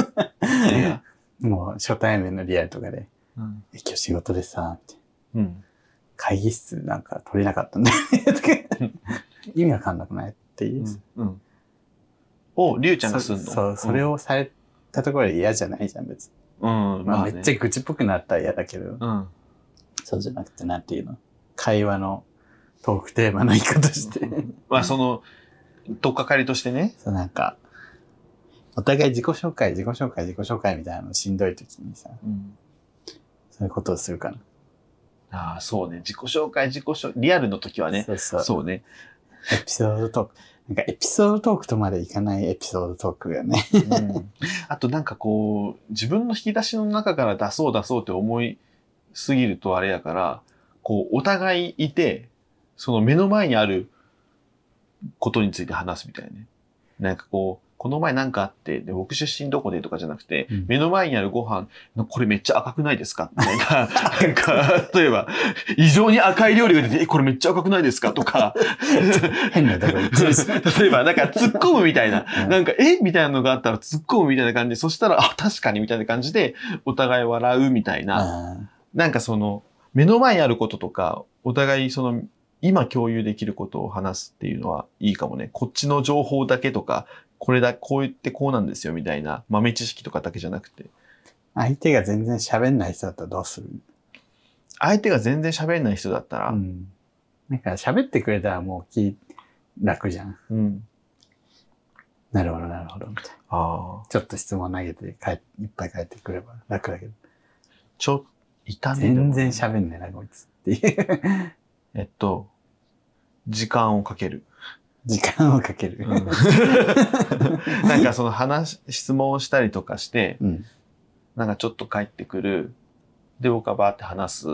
Speaker 1: もう初対面のリアルとかで、うん、今日仕事でさ、ってうん、会議室なんか取れなかったんだよね。意味わかんなくないっていう。うんうん、
Speaker 2: を、りゅうちゃんがすんの？
Speaker 1: そう、それをされたところで嫌じゃないじゃん、別に。うん、まあ、まあね、めっちゃ愚痴っぽくなったら嫌だけど、うん、そうじゃなくてなんていうの？会話のトークテーマの一個として。
Speaker 2: まあその、とっかかりとしてね。
Speaker 1: そうなんか、お互い自己紹介、自己紹介、自己紹介みたいなのしんどい時にさ、うん、そういうことをするかな。
Speaker 2: ああ、そうね。自己紹介、自己紹介、リアルの時はね。そうそう。そうね。
Speaker 1: エピソードトーク。なんかエピソードトークとまでいかないエピソードトークがね。うん、
Speaker 2: あとなんかこう、自分の引き出しの中から出そう出そうって思いすぎるとあれやから、こう、お互いいて、その目の前にあることについて話すみたいなね。なんかこう、この前なんかあって、で僕出身どこでとかじゃなくて、うん、目の前にあるご飯、これめっちゃ赤くないですかみたいな。なんか、例えば、異常に赤い料理が出て、え、これめっちゃ赤くないですかとか。
Speaker 1: 変なとこ言ってるし。
Speaker 2: 例えば、なんか突っ込むみたいな。うん、なんか、えみたいなのがあったら突っ込むみたいな感じで、そしたら、あ、確かにみたいな感じで、お互い笑うみたいな。なんかその、目の前にあることとか、お互いその、今共有できることを話すっていうのはいいかもね。こっちの情報だけとか、これだ、こう言ってこうなんですよみたいな豆知識とかだけじゃなくて。
Speaker 1: 相手が全然喋んない人だったらどうする？
Speaker 2: 相手が全然喋んない人だったら、うん、
Speaker 1: なんか喋ってくれたらもう気楽じゃん。うん。 なるほど、なるほど、みたいな。
Speaker 2: ああ。
Speaker 1: ちょっと質問投げて帰、いっぱい帰ってくれば楽だけど。
Speaker 2: ちょ、いたね。
Speaker 1: 全然喋んねえな、こいつっていう。
Speaker 2: えっと、時間をかける。
Speaker 1: 時間をかける。うん、
Speaker 2: なんかその話、質問をしたりとかして、
Speaker 1: うん、
Speaker 2: なんかちょっと帰ってくる。で、僕はバーって話す。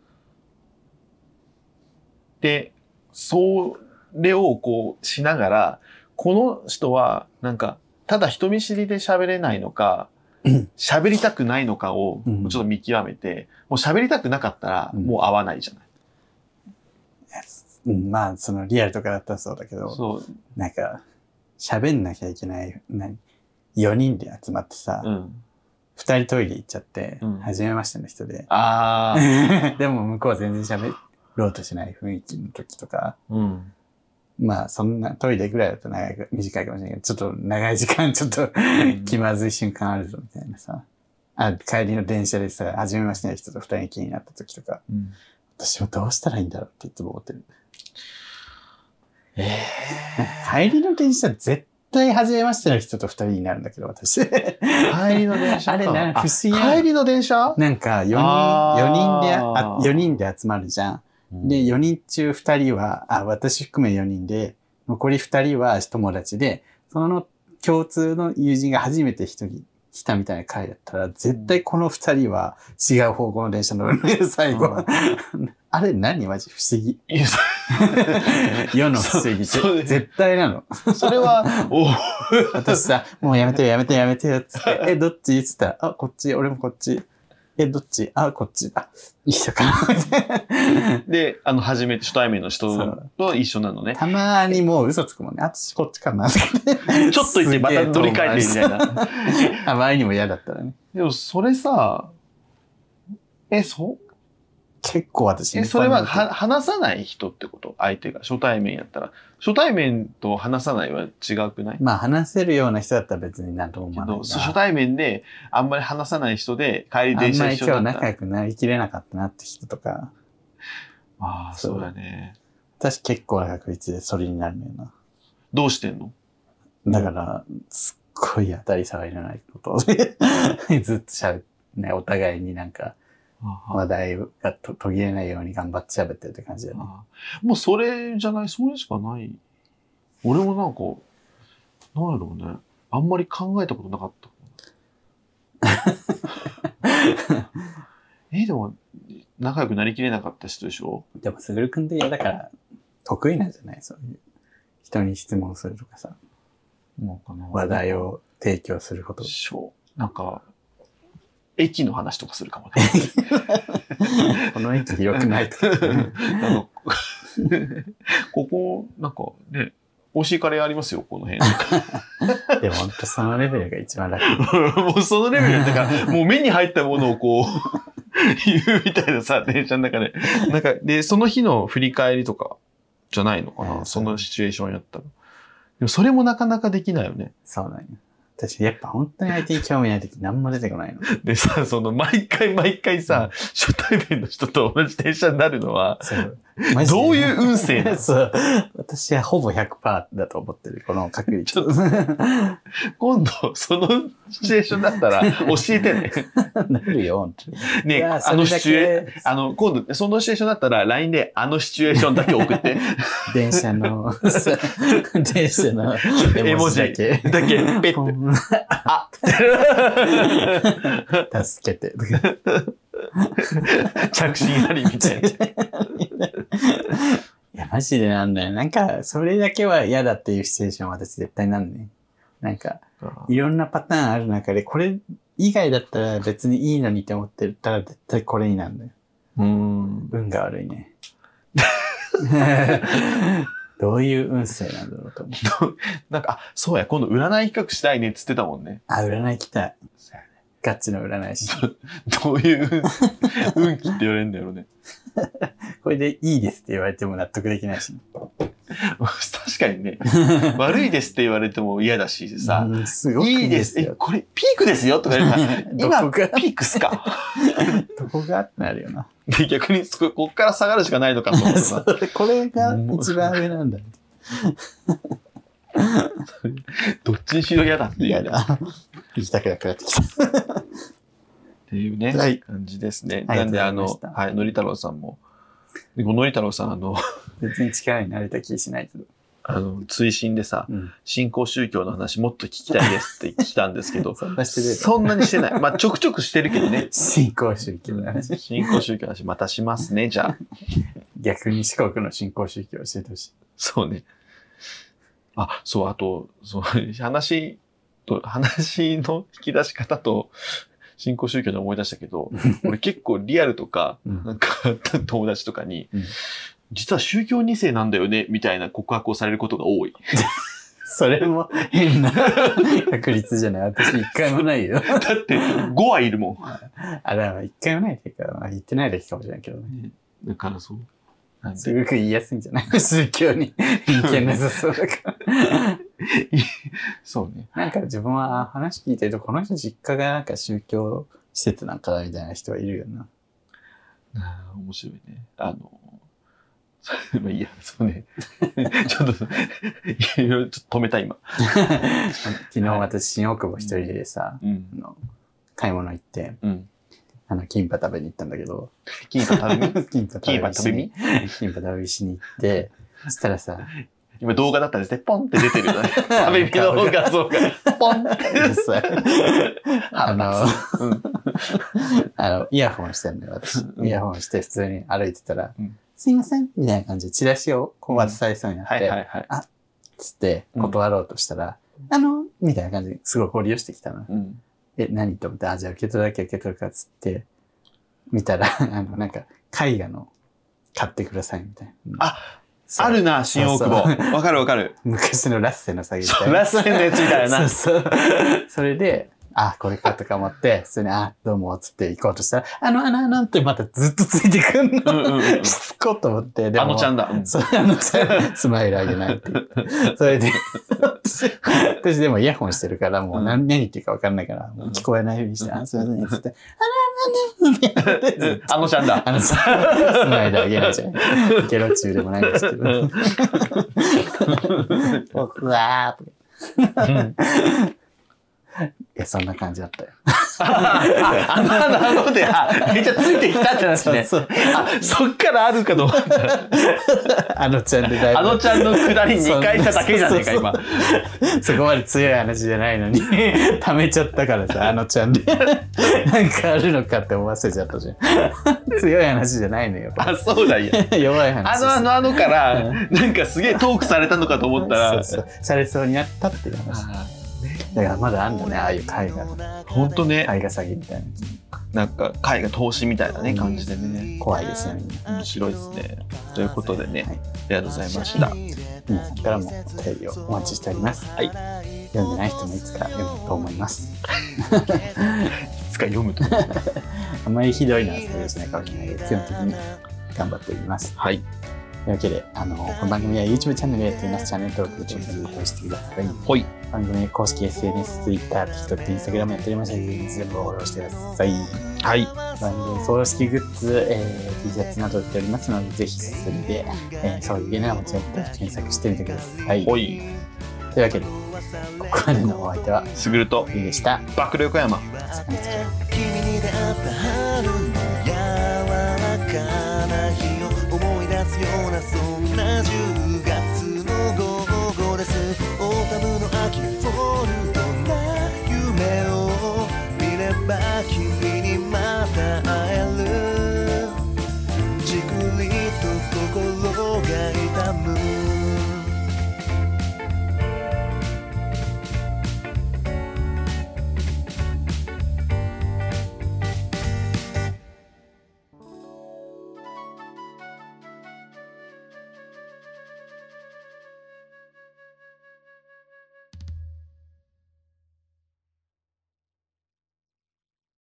Speaker 2: で、それをこうしながら、この人はなんか、ただ人見知りで喋れないのか、喋りたくないのかをちょっと見極めて、もう喋りたくなかったらもう会わないじゃない。
Speaker 1: うん、まあ、そのリアルとかだったらそうだけど、そうなんか、喋んなきゃいけない、何 ?よ 人で集まってさ、うん、ふたりトイレ行っちゃって、うん、初めましての人で。ああ。でも向こうは全然喋ろうとしない雰囲気の時とか、うん、まあ、そんなトイレぐらいだと長い、短いかもしれないけど、ちょっと長い時間ちょっと気まずい瞬間あるぞみたいなさ。あ、帰りの電車でさ、初めましての人とふたりきりになった時とか、うん、私はどうしたらいいんだろうっていつも思ってる。ええー。帰りの電車絶対初めましての人とふたりになるんだけど、私。帰
Speaker 2: りの電車
Speaker 1: あれな、不思議
Speaker 2: な。帰りの電車
Speaker 1: なんかよにん、よにんで、あ、よにんで集まるじゃん。うん、で、よにん中ふたりは、あ、私含めよにんで、残りふたりは友達で、その共通の友人が初めて一人来たみたいな回だったら、絶対このふたりは違う方向の電車乗るね、最後は。うん、あれ何マジ不思議。世の不思議って絶対なの。
Speaker 2: それは、お
Speaker 1: 私さ、もうやめてよやめてよやめてよっつって、え、どっちっつったら、あ、こっち、俺もこっち。え、どっちあ、こっち。あ、一緒かな。
Speaker 2: で、あの、初めて初対面の人と一緒なのね。
Speaker 1: たまにもう嘘つくもんね。私こっちかな。ちょ
Speaker 2: っと言ってまた乗り換えてみたいな。
Speaker 1: あまりにも嫌だったらね。
Speaker 2: でも、それさ、え、そう
Speaker 1: 結構私
Speaker 2: え、それはは話さない人ってこと相手が初対面やったら。初対面と話さないは違くない？
Speaker 1: まあ話せるような人だったら別になんとも思わないが。
Speaker 2: 初対面であんまり話さない人で帰り電車一緒だったら。
Speaker 1: あんまり今日仲良くなりきれなかったなって人とか。
Speaker 2: ああ、そうだね。
Speaker 1: 私結構な確率でそれになるのよな。
Speaker 2: どうしてんの？
Speaker 1: だから、すっごい当たり障りのないことをずっと喋って、ね、お互いになんか、話題が途切れないように頑張って喋ってるって感じだよね。
Speaker 2: もうそれじゃない、それしかない。俺もなんか、なんやろうね。あんまり考えたことなかった。え、でも、仲良くなりきれなかった人でしょ？
Speaker 1: でも、すぐるくんって嫌だから、得意なんじゃない？そういう。人に質問するとかさ。もうかな。話題を提供すること。
Speaker 2: そう。なんか、駅の話とかするかもね。
Speaker 1: この駅良くないとか、ね。あの
Speaker 2: ここ、なんかね、美味しいカレーありますよ、この辺。
Speaker 1: でも本当そのレベルが一番楽。
Speaker 2: もうそのレベルだから、もう目に入ったものをこう、言うみたいなさ、電車の中で。なんか、で、その日の振り返りとかじゃないのかな、そのシチュエーションやったら。でもそれもなかなかできないよね。
Speaker 1: そうなんよ。私、やっぱ本当に相手に興味ないとき何も出てこないの。
Speaker 2: でさ、その毎回毎回さ、うん、初対面の人と同じ電車になるのは、そうどういう運勢なの？
Speaker 1: そう。私はほぼ ひゃくパーセント だと思ってる、この確率。
Speaker 2: 今度、そのシチュエーションだったら教えてね。
Speaker 1: なるよ、本当に。
Speaker 2: ね、あのシチュエーション、あの、今度、そのシチュエーションだったら ライン であのシチュエーションだけ送って。
Speaker 1: 電車の、電車の
Speaker 2: 絵文字だけ。だけ、ペッて。あ
Speaker 1: 助けて。
Speaker 2: 着信ありみたいな。い
Speaker 1: や、マジでなんだよ。なんか、それだけは嫌だっていうシチュエーションは私絶対なんね。なんか、いろんなパターンある中で、これ以外だったら別にいいのにって思ってたら絶対これになるんだよ。うーん。運が悪いね。どういう運勢なんだろうと思
Speaker 2: う。なんか、あ、そうや、今度占い企画したいねって言ってたもんね。
Speaker 1: あ、占い来たい。ガチの占い師。
Speaker 2: どういう運気って言われるんだよね。
Speaker 1: これでいいですって言われても納得できないし、ね。
Speaker 2: 確かにね。悪いですって言われても嫌だしさ。
Speaker 1: うん、すごく
Speaker 2: いいです。え、これピークですよとか言ったら、今ピークっすか
Speaker 1: どこがってなるよな。
Speaker 2: で、逆にここっから下がるしかないのかと思ってさ。
Speaker 1: これが一番上なんだ。
Speaker 2: どっちにしろ嫌だっていう、ね。
Speaker 1: 嫌だ。行きたくなくなってきた。
Speaker 2: っていうね、はい、感じですね。なんで、あの、はい、のり太郎さんも、でものり太郎さん、あの、
Speaker 1: 別に力になれた気しないけど。
Speaker 2: あの、追伸でさ、うん、新興宗教の話もっと聞きたいですって来たんですけど、
Speaker 1: そんなしてる
Speaker 2: そんなにしてない。まあ、ちょくちょくしてるけどね。
Speaker 1: 新興宗教の話。
Speaker 2: 新興宗教の話、またしますね、じゃあ。
Speaker 1: 逆に四国の新興宗教を教えてほしい。
Speaker 2: そうね。あ、そう、あと、そう、話と、話の引き出し方と、新興宗教で思い出したけど、俺結構リアルとか、うん、なんか友達とかに、うん、実は宗教に世なんだよね、みたいな告白をされることが多い。
Speaker 1: それも変な確率じゃない。私一回もないよ。
Speaker 2: だってごはいるもん。
Speaker 1: あ、だから一回もないっていうか、まあ、言ってないだけかもしれないけどね。
Speaker 2: だからそう。
Speaker 1: すごく言いやすいんじゃない宗教に偏見なさそうだから。
Speaker 2: そうね。
Speaker 1: なんか自分は話聞いてると、この人実家がなんか宗教施設なんかなみたいな人はいるよな。
Speaker 2: ああ、面白いね。あの、まあいいや、そうね。ちょっと、いろいろちょっと止めた今。
Speaker 1: 昨日私、新大久保一人でさ、うん、あの買い物行って、うん、あの、キンパ食べに行ったんだけど。
Speaker 2: キンパ食べに
Speaker 1: キンパ食べにキンパ食べしに行って、そしたらさ、
Speaker 2: 今動画だったんですね。ポンって出てるよね。食べ火の画像が。ポンって。
Speaker 1: あの、うん、あの、イヤホンしてんのよ、私。イヤホンして普通に歩いてたら、うん、すいませんみたいな感じでチラシをこう渡されそうになって、あっつって断ろうとしたら、うん、あの、みたいな感じですごい掘り寄してきたの。うん、え、何と思って、あ、じゃあ受け取るだけ受け取るかっつって、見たら、あの、なんか、絵画の買ってくださいみたいな。
Speaker 2: ああるな、新大久保。わかるわかる。
Speaker 1: 昔のラッセの詐欺みたい
Speaker 2: な。ラッセのやつみたいな。
Speaker 1: そうそう。それで、あ、これかとか思って、普通に、あ、どうも、つって行こうとしたら、あの、あの、あの、ってまたずっとついてくんの。うんうんうん、しつこうと思って、
Speaker 2: でも。あのちゃんだ。
Speaker 1: うん、そう、あのちゃん、スマイルあげないって言って。それで、私でもイヤホンしてるから、もう何言ってるか分かんないから、もう聞こえないようにして、あ、すいません、つって、あの、あの、あの、
Speaker 2: あのちゃんだ。
Speaker 1: あのさ、スマイルあげないじゃん。ゲロ中でもないんですけど。僕は、いや、そんな感じだったよ。
Speaker 2: あの、あの、で、めっちゃついてきたって話ね。そうそうあ、そっからあるかと思った。
Speaker 1: あのちゃんでだいぶ。
Speaker 2: あのちゃんのくだりにかいしただけじゃねえか、今。
Speaker 1: そこまで強い話じゃないのに、溜めちゃったからさ、あのちゃんで。なんかあるのかって思わせちゃったじゃん。強い話じゃないのよ。
Speaker 2: あ、そうだよ。
Speaker 1: 弱い話。
Speaker 2: あの、あの、あのから、なんかすげえトークされたのかと思ったら。そう
Speaker 1: そう。されそうになったっていう話。だからまだあんだね、ああいう絵画。
Speaker 2: ほんとね。
Speaker 1: 絵画詐欺みたい
Speaker 2: な。なんか絵画投資みたいなね、感じでね。
Speaker 1: 怖いですね、みんな。
Speaker 2: 面白いですね。ということでね、はい、ありがとうございました。
Speaker 1: 皆さんからもお便りをお待ちしております。はい。読んでない人もいつか読むと思います。
Speaker 2: いつか読むと思います。
Speaker 1: あんまりひどいのはそうしないかもしれないけど、基本的に頑張っております。はい。というわけで、あの、この番組は YouTube チャンネルでやっています。チャンネル登録、チャンネル登録してください。はい。番組公式 エスエヌエス、Twitter、TikTok、Instagram やっておりましたので、全部フォローしてください。はい。番組葬式グッズ、えー、T シャツなど売っておりますので、ぜひそれで、えー、そういうゲネラもちょっと検索してみてください。はい。というわけで、ここまでのお相手は、
Speaker 2: すぐると、
Speaker 1: いいでした。
Speaker 2: 爆力山。
Speaker 3: 君に出会った春の柔らかな日を思い出すようなそんな